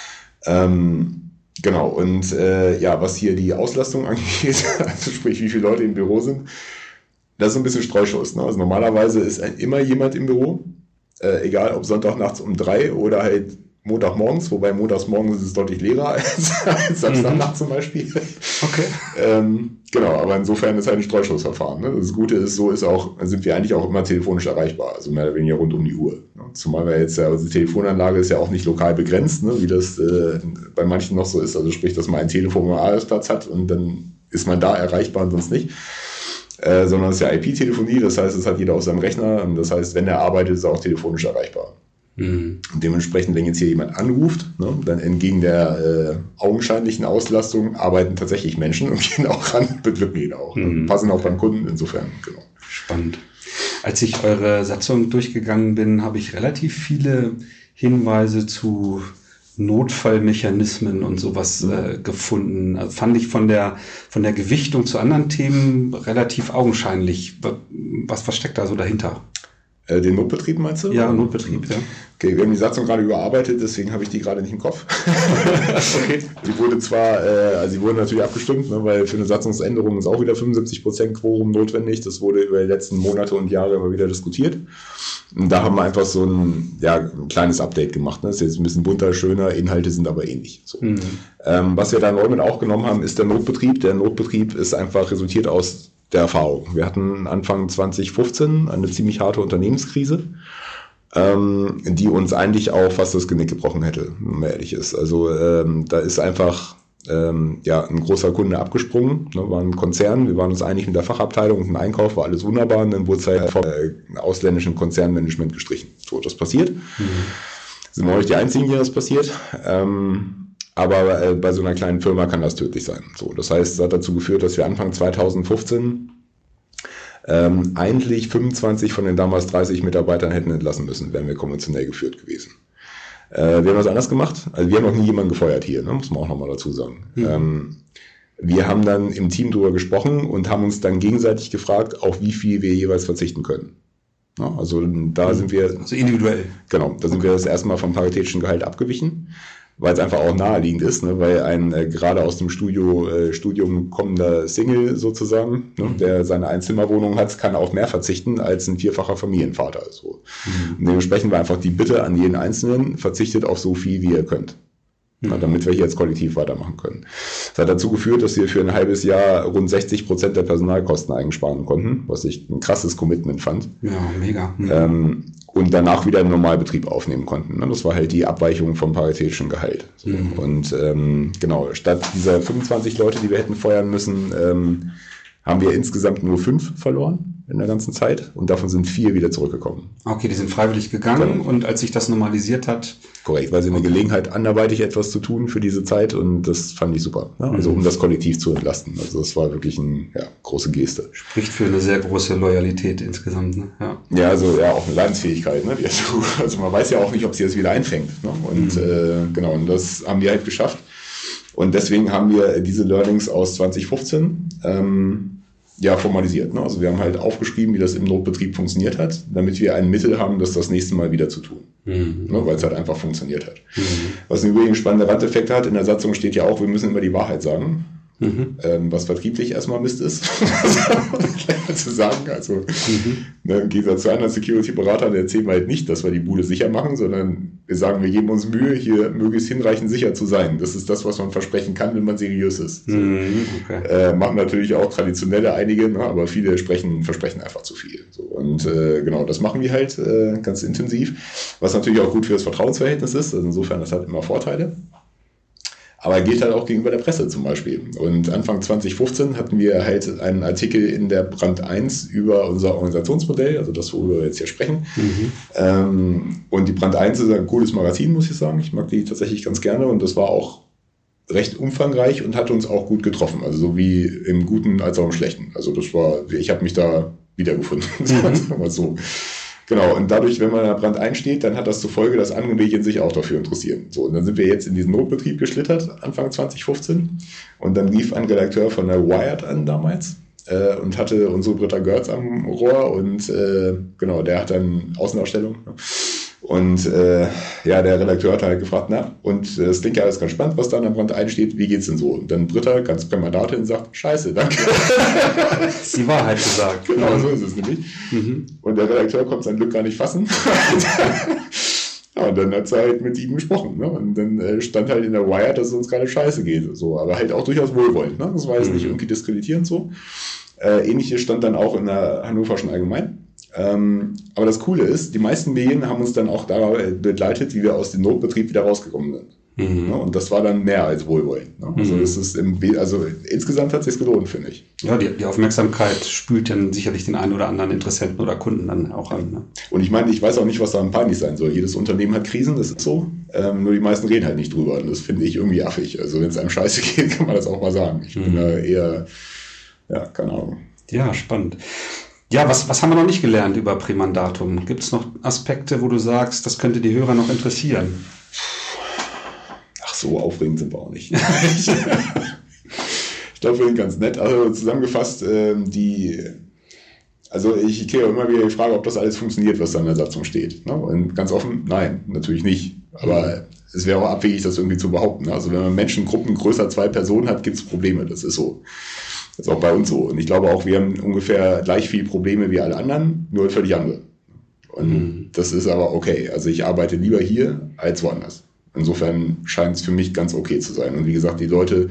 S3: Genau, und was hier die Auslastung angeht, also sprich, wie viele Leute im Büro sind, das ist so ein bisschen Streuschuss. Ne? Also normalerweise ist immer jemand im Büro, egal ob Sonntagnachts um 3 oder halt Montagmorgens, wobei montagsmorgens ist es deutlich leerer als Samstagnacht zum Beispiel. Okay. Genau, aber insofern ist halt ein Streuschussverfahren. Ne? Das Gute ist, sind wir eigentlich auch immer telefonisch erreichbar, also mehr oder weniger rund um die Uhr. Ne? Zumal wir jetzt die Telefonanlage ist ja auch nicht lokal begrenzt, ne? Wie das bei manchen noch so ist. Also sprich, dass man ein Telefon am Arbeitsplatz hat und dann ist man da erreichbar und sonst nicht. Sondern es ist ja IP-Telefonie, das heißt, es hat jeder auf seinem Rechner. Und das heißt, wenn er arbeitet, ist er auch telefonisch erreichbar. Und dementsprechend, wenn jetzt hier jemand anruft, ne, dann entgegen der augenscheinlichen Auslastung arbeiten tatsächlich Menschen und gehen auch ran, bewirken ihn auch. Ne, passen auch beim Kunden, insofern, genau.
S2: Spannend. Als ich eure Satzung durchgegangen bin, habe ich relativ viele Hinweise zu Notfallmechanismen und sowas gefunden. Also fand ich von der Gewichtung zu anderen Themen relativ augenscheinlich. Was steckt da so dahinter?
S3: Den Notbetrieb meinst du?
S2: Ja, Notbetrieb, ja.
S3: Okay, wir haben die Satzung gerade überarbeitet, deswegen habe ich die gerade nicht im Kopf. Okay. Die wurde zwar, sie wurde natürlich abgestimmt, ne, weil für eine Satzungsänderung ist auch wieder 75% Quorum notwendig. Das wurde über die letzten Monate und Jahre immer wieder diskutiert. Und da haben wir einfach so ein kleines Update gemacht. Ne? Das ist jetzt ein bisschen bunter, schöner, Inhalte sind aber ähnlich. So. Was wir da neu mit auch genommen haben, ist der Notbetrieb. Der Notbetrieb ist einfach resultiert aus der Erfahrung. Wir hatten Anfang 2015 eine ziemlich harte Unternehmenskrise, die uns eigentlich auch fast das Genick gebrochen hätte, wenn man ehrlich ist. Also da ist einfach ein großer Kunde abgesprungen, ne, war ein Konzern, wir waren uns einig mit der Fachabteilung und dem Einkauf, war alles wunderbar, und dann wurde es halt vom ausländischen Konzernmanagement gestrichen. So, das passiert. Sind wir auch nicht die Einzigen, die das passiert. Aber bei so einer kleinen Firma kann das tödlich sein. So, das heißt, das hat dazu geführt, dass wir Anfang 2015 eigentlich 25 von den damals 30 Mitarbeitern hätten entlassen müssen, wären wir konventionell geführt gewesen. Wir haben das anders gemacht. Also wir haben noch nie jemanden gefeuert hier, ne? Muss man auch nochmal dazu sagen. Wir haben dann im Team drüber gesprochen und haben uns dann gegenseitig gefragt, auf wie viel wir jeweils verzichten können. Ja, also da sind wir...
S2: Also individuell.
S3: Genau, da sind wir das erste Mal vom paritätischen Gehalt abgewichen, weil es einfach auch naheliegend ist, ne? Weil ein gerade aus dem Studium kommender Single sozusagen, ne? Der seine Einzimmerwohnung hat, kann auch mehr verzichten als ein vierfacher Familienvater. So. Und dementsprechend war einfach die Bitte an jeden Einzelnen, verzichtet auf so viel, wie ihr könnt. Na, damit wir hier jetzt kollektiv weitermachen können. Das hat dazu geführt, dass wir für ein halbes Jahr rund 60% der Personalkosten einsparen konnten, was ich ein krasses Commitment fand.
S2: Ja, mega.
S3: Und danach wieder im Normalbetrieb aufnehmen konnten. Das war halt die Abweichung vom paritätischen Gehalt. So. Und genau, statt dieser 25 Leute, die wir hätten feuern müssen, haben wir insgesamt nur 5 verloren in der ganzen Zeit und davon sind 4 wieder zurückgekommen.
S2: Okay, die sind freiwillig gegangen und als sich das normalisiert hat...
S3: Korrekt, weil sie eine Gelegenheit anderweitig etwas zu tun für diese Zeit und das fand ich super. Ne? Also um das Kollektiv zu entlasten. Also das war wirklich eine große Geste.
S2: Spricht für eine sehr große Loyalität insgesamt. Ne?
S3: Ja, also auch eine Leidensfähigkeit. Ne? Also man weiß ja auch nicht, ob sie das wieder einfängt. Ne? Und genau, und das haben wir halt geschafft. Und deswegen haben wir diese Learnings aus 2015 formalisiert. Ne? Also wir haben halt aufgeschrieben, wie das im Notbetrieb funktioniert hat, damit wir ein Mittel haben, das nächste Mal wieder zu tun. Ne? Weil es halt einfach funktioniert hat. Was einen übrigens spannenden Randeffekt hat, in der Satzung steht ja auch, wir müssen immer die Wahrheit sagen. Was vertrieblich erstmal Mist ist, zu sagen. Also im Gegensatz zu anderen Security-Beratern erzählen wir halt nicht, dass wir die Bude sicher machen, sondern wir sagen, wir geben uns Mühe, hier möglichst hinreichend sicher zu sein. Das ist das, was man versprechen kann, wenn man seriös ist. So. Machen natürlich auch traditionelle einige, ne, aber viele versprechen einfach zu viel. So. Und genau, das machen wir halt ganz intensiv, was natürlich auch gut für das Vertrauensverhältnis ist. Also insofern, das hat immer Vorteile. Aber gilt halt auch gegenüber der Presse zum Beispiel. Und Anfang 2015 hatten wir halt einen Artikel in der Brand 1 über unser Organisationsmodell, also das, worüber wir jetzt hier sprechen. Und die Brand 1 ist ein cooles Magazin, muss ich sagen. Ich mag die tatsächlich ganz gerne und das war auch recht umfangreich und hat uns auch gut getroffen. Also so wie im Guten als auch im Schlechten. Also ich habe mich da wiedergefunden. Sagen wir so. Genau, und dadurch, wenn man in der Brand einsteht, dann hat das zur Folge, dass andere Medien sich auch dafür interessieren. So, und dann sind wir jetzt in diesen Notbetrieb geschlittert, Anfang 2015. Und dann rief ein Redakteur von der Wired an damals und hatte unsere Britta Görz am Rohr. Und genau, der hat dann Außenausstellung. Und der Redakteur hat halt gefragt, und es klingt ja alles ganz spannend, was da an der Brand einsteht, wie geht's denn so? Und dann Britta, ganz Prämandatin, sagt, scheiße, danke.
S2: Die Wahrheit gesagt.
S3: Genau, so ist es nämlich. Und der Redakteur konnte sein Glück gar nicht fassen. Und dann hat sie halt mit ihm gesprochen. Ne? Und dann stand halt in der Wire, dass es uns gerade scheiße geht. So, aber halt auch durchaus wohlwollend. Ne? Das war jetzt nicht irgendwie diskreditierend so. Ähnliches stand dann auch in der Hannoverschen Allgemein. Aber das Coole ist, die meisten Medien haben uns dann auch da begleitet, wie wir aus dem Notbetrieb wieder rausgekommen sind. Ne? Und das war dann mehr als wohlwollend. Ne? Also, insgesamt hat es sich gelohnt, finde ich. Ja,
S2: die Aufmerksamkeit spült dann sicherlich den einen oder anderen Interessenten oder Kunden dann auch an. Ne?
S3: Und ich meine, ich weiß auch nicht, was daran peinlich sein soll. Jedes Unternehmen hat Krisen, das ist so. Nur die meisten reden halt nicht drüber. Und das finde ich irgendwie affig. Also wenn es einem scheiße geht, kann man das auch mal sagen. Ich bin da eher, keine Ahnung.
S2: Ja, spannend. Ja, was haben wir noch nicht gelernt über Prämandatum? Gibt es noch Aspekte, wo du sagst, das könnte die Hörer noch interessieren?
S3: Ach, so aufregend sind wir auch nicht. Ich glaube, wir sind ganz nett. Also zusammengefasst, Also ich kriege immer wieder die Frage, ob das alles funktioniert, was da in der Satzung steht. Ne? Und ganz offen, nein, natürlich nicht. Aber es wäre auch abwegig, das irgendwie zu behaupten. Also wenn man Menschengruppen größer 2 Personen hat, gibt es Probleme. Das ist so. Das ist auch bei uns so. Und ich glaube auch, wir haben ungefähr gleich viele Probleme wie alle anderen, nur völlig andere. Und das ist aber okay. Also ich arbeite lieber hier als woanders. Insofern scheint es für mich ganz okay zu sein. Und wie gesagt, die Leute,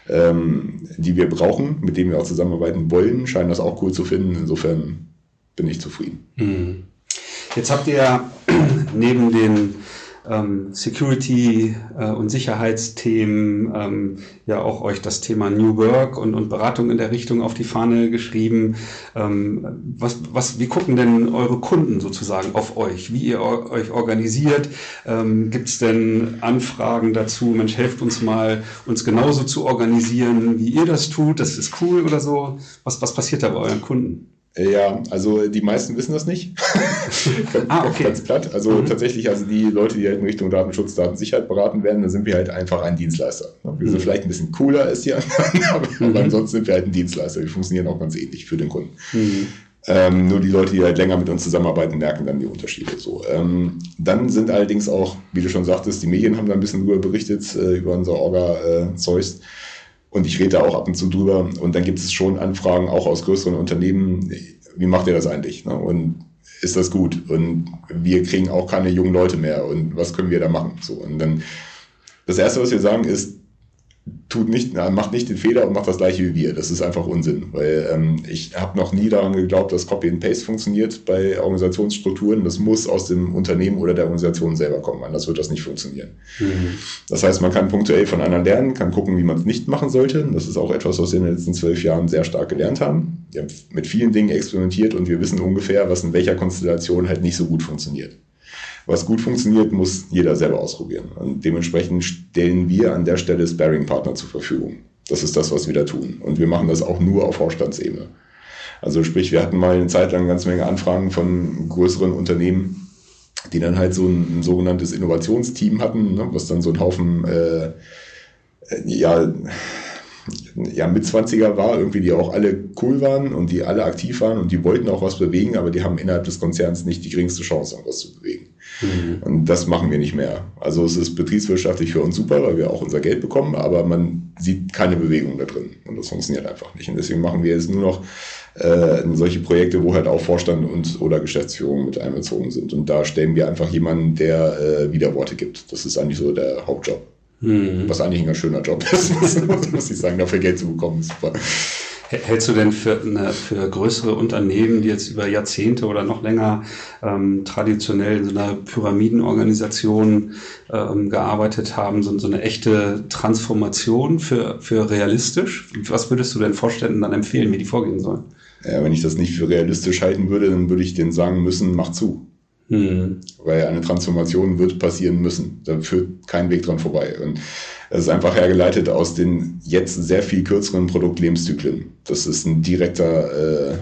S3: die wir brauchen, mit denen wir auch zusammenarbeiten wollen, scheinen das auch cool zu finden. Insofern bin ich zufrieden.
S2: Jetzt habt ihr neben den Security- und Sicherheitsthemen ja auch euch das Thema New Work und Beratung in der Richtung auf die Fahne geschrieben. Wie gucken denn eure Kunden sozusagen auf euch, wie ihr euch organisiert? Gibt es denn Anfragen dazu, Mensch, helft uns mal, uns genauso zu organisieren, wie ihr das tut, das ist cool oder so? Was passiert da bei euren Kunden?
S3: Ja, also die meisten wissen das nicht.
S2: Okay.
S3: Ganz platt. Also tatsächlich, also die Leute, die halt in Richtung Datenschutz, Datensicherheit beraten werden, da sind wir halt einfach ein Dienstleister. Wir sind vielleicht ein bisschen cooler als die anderen, aber ansonsten sind wir halt ein Dienstleister. Wir funktionieren auch ganz ähnlich für den Kunden. Nur die Leute, die halt länger mit uns zusammenarbeiten, merken dann die Unterschiede. So. Dann sind allerdings auch, wie du schon sagtest, die Medien haben da ein bisschen drüber berichtet, über unser Orga-Zeugs. Und ich rede da auch ab und zu drüber. Und dann gibt es schon Anfragen, auch aus größeren Unternehmen. Wie macht ihr das eigentlich? Ne? Und ist das gut? Und wir kriegen auch keine jungen Leute mehr. Und was können wir da machen? So. Und dann, das Erste, was wir sagen, ist, macht nicht den Fehler und macht das Gleiche wie wir. Das ist einfach Unsinn. Weil ich habe noch nie daran geglaubt, dass Copy and Paste funktioniert bei Organisationsstrukturen. Das muss aus dem Unternehmen oder der Organisation selber kommen. Anders wird das nicht funktionieren. Das heißt, man kann punktuell von anderen lernen, kann gucken, wie man es nicht machen sollte. Das ist auch etwas, was wir in den letzten 12 Jahren sehr stark gelernt haben. Wir haben mit vielen Dingen experimentiert und wir wissen ungefähr, was in welcher Konstellation halt nicht so gut funktioniert. Was gut funktioniert, muss jeder selber ausprobieren. Und dementsprechend stellen wir an der Stelle Sparring-Partner zur Verfügung. Das ist das, was wir da tun. Und wir machen das auch nur auf Vorstandsebene. Also sprich, wir hatten mal eine Zeit lang eine ganze Menge Anfragen von größeren Unternehmen, die dann halt so ein sogenanntes Innovationsteam hatten, ne, was dann so ein Haufen Mitzwanziger war, irgendwie, die auch alle cool waren und die alle aktiv waren und die wollten auch was bewegen, aber die haben innerhalb des Konzerns nicht die geringste Chance, was zu bewegen. Und das machen wir nicht mehr. Also es ist betriebswirtschaftlich für uns super, weil wir auch unser Geld bekommen, aber man sieht keine Bewegung da drin und das funktioniert einfach nicht. Und deswegen machen wir jetzt nur noch solche Projekte, wo halt auch Vorstand oder Geschäftsführung mit einbezogen sind. Und da stellen wir einfach jemanden, der Widerworte gibt. Das ist eigentlich so der Hauptjob. Was eigentlich ein ganz schöner Job ist, muss ich sagen, dafür Geld zu bekommen, ist super.
S2: Hältst du denn für größere Unternehmen, die jetzt über Jahrzehnte oder noch länger traditionell in so einer Pyramidenorganisation gearbeitet haben, so eine echte Transformation für realistisch? Was würdest du denn Vorständen dann empfehlen, wie die vorgehen sollen?
S3: Ja, wenn ich das nicht für realistisch halten würde, dann würde ich denen sagen müssen, mach zu. Weil eine Transformation wird passieren müssen. Da führt kein Weg dran vorbei. Und es ist einfach hergeleitet aus den jetzt sehr viel kürzeren Produktlebenszyklen. Das ist ein direkter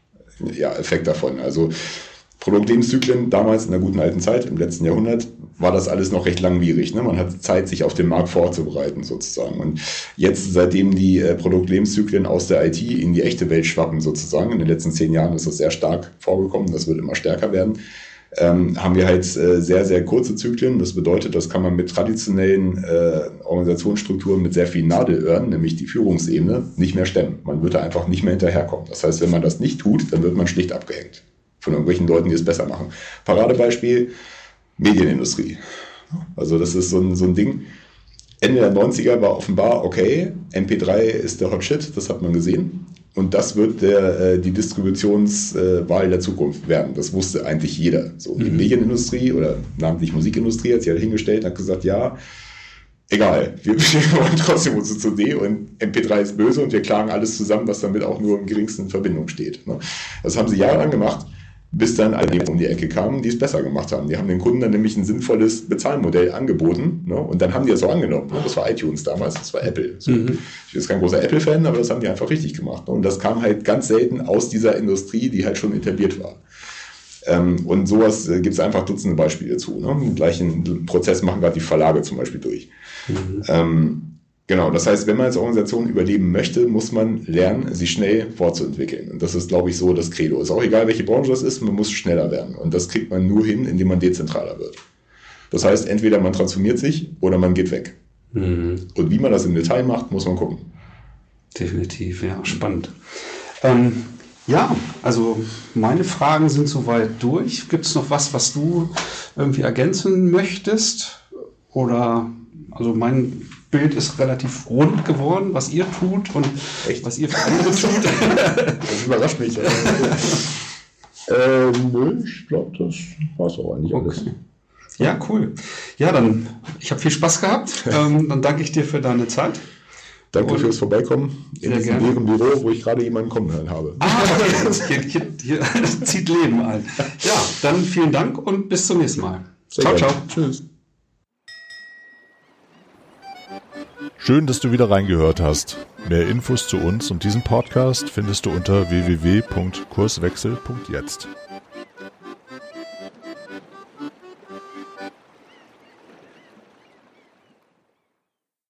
S3: Effekt davon. Also Produktlebenszyklen damals in der guten alten Zeit, im letzten Jahrhundert, war das alles noch recht langwierig. Ne? Man hat Zeit, sich auf den Markt vorzubereiten sozusagen. Und jetzt, seitdem die Produktlebenszyklen aus der IT in die echte Welt schwappen sozusagen, in den letzten 10 Jahren ist das sehr stark vorgekommen, das wird immer stärker werden, haben wir halt sehr, sehr kurze Zyklen. Das bedeutet, das kann man mit traditionellen Organisationsstrukturen mit sehr vielen Nadelöhren, nämlich die Führungsebene, nicht mehr stemmen. Man wird da einfach nicht mehr hinterherkommen. Das heißt, wenn man das nicht tut, dann wird man schlicht abgehängt von irgendwelchen Leuten, die es besser machen. Paradebeispiel, Medienindustrie. Also das ist so ein Ding. Ende der 90er war offenbar, okay, MP3 ist der Hot Shit, das hat man gesehen. Und das wird die Distributionswahl der Zukunft werden. Das wusste eigentlich jeder. So, die Medienindustrie oder namentlich Musikindustrie hat sich halt hingestellt und hat gesagt, ja, egal, wir wollen trotzdem unsere CD und MP3 ist böse und wir klagen alles zusammen, was damit auch nur im geringsten in Verbindung steht. Das haben sie jahrelang gemacht, bis dann alle um die Ecke kamen, die es besser gemacht haben. Die haben den Kunden dann nämlich ein sinnvolles Bezahlmodell angeboten, ne? Und dann haben die das auch angenommen. Ne? Das war iTunes damals, das war Apple. So. Ich bin jetzt kein großer Apple-Fan, aber das haben die einfach richtig gemacht. Ne? Und das kam halt ganz selten aus dieser Industrie, die halt schon etabliert war. Und sowas gibt es einfach Dutzende Beispiele zu. Ne? Den gleichen Prozess machen gerade die Verlage zum Beispiel durch. Genau, das heißt, wenn man als Organisation überleben möchte, muss man lernen, sich schnell fortzuentwickeln. Und das ist, glaube ich, so das Credo. Ist auch egal, welche Branche das ist, man muss schneller werden. Und das kriegt man nur hin, indem man dezentraler wird. Das heißt, entweder man transformiert sich oder man geht weg. Und wie man das im Detail macht, muss man gucken.
S2: Definitiv, ja, spannend. Ja, also meine Fragen sind soweit durch. Gibt es noch was du irgendwie ergänzen möchtest? Oder, also mein Bild ist relativ rund geworden, was ihr tut und was ihr für andere tut.
S3: Das überrascht mich. Nö, ich glaube, das war es auch eigentlich alles.
S2: Okay. Ja, cool. Ja, dann, ich habe viel Spaß gehabt. Dann danke ich dir für deine Zeit.
S3: Danke fürs Vorbeikommen in diesem leeren Büro, wo ich gerade jemanden kommen hören habe.
S2: Okay. Hier zieht Leben ein. Ja, dann vielen Dank und bis zum nächsten Mal.
S3: Ciao. Tschüss.
S1: Schön, dass du wieder reingehört hast. Mehr Infos zu uns und diesem Podcast findest du unter www.kurswechsel.jetzt.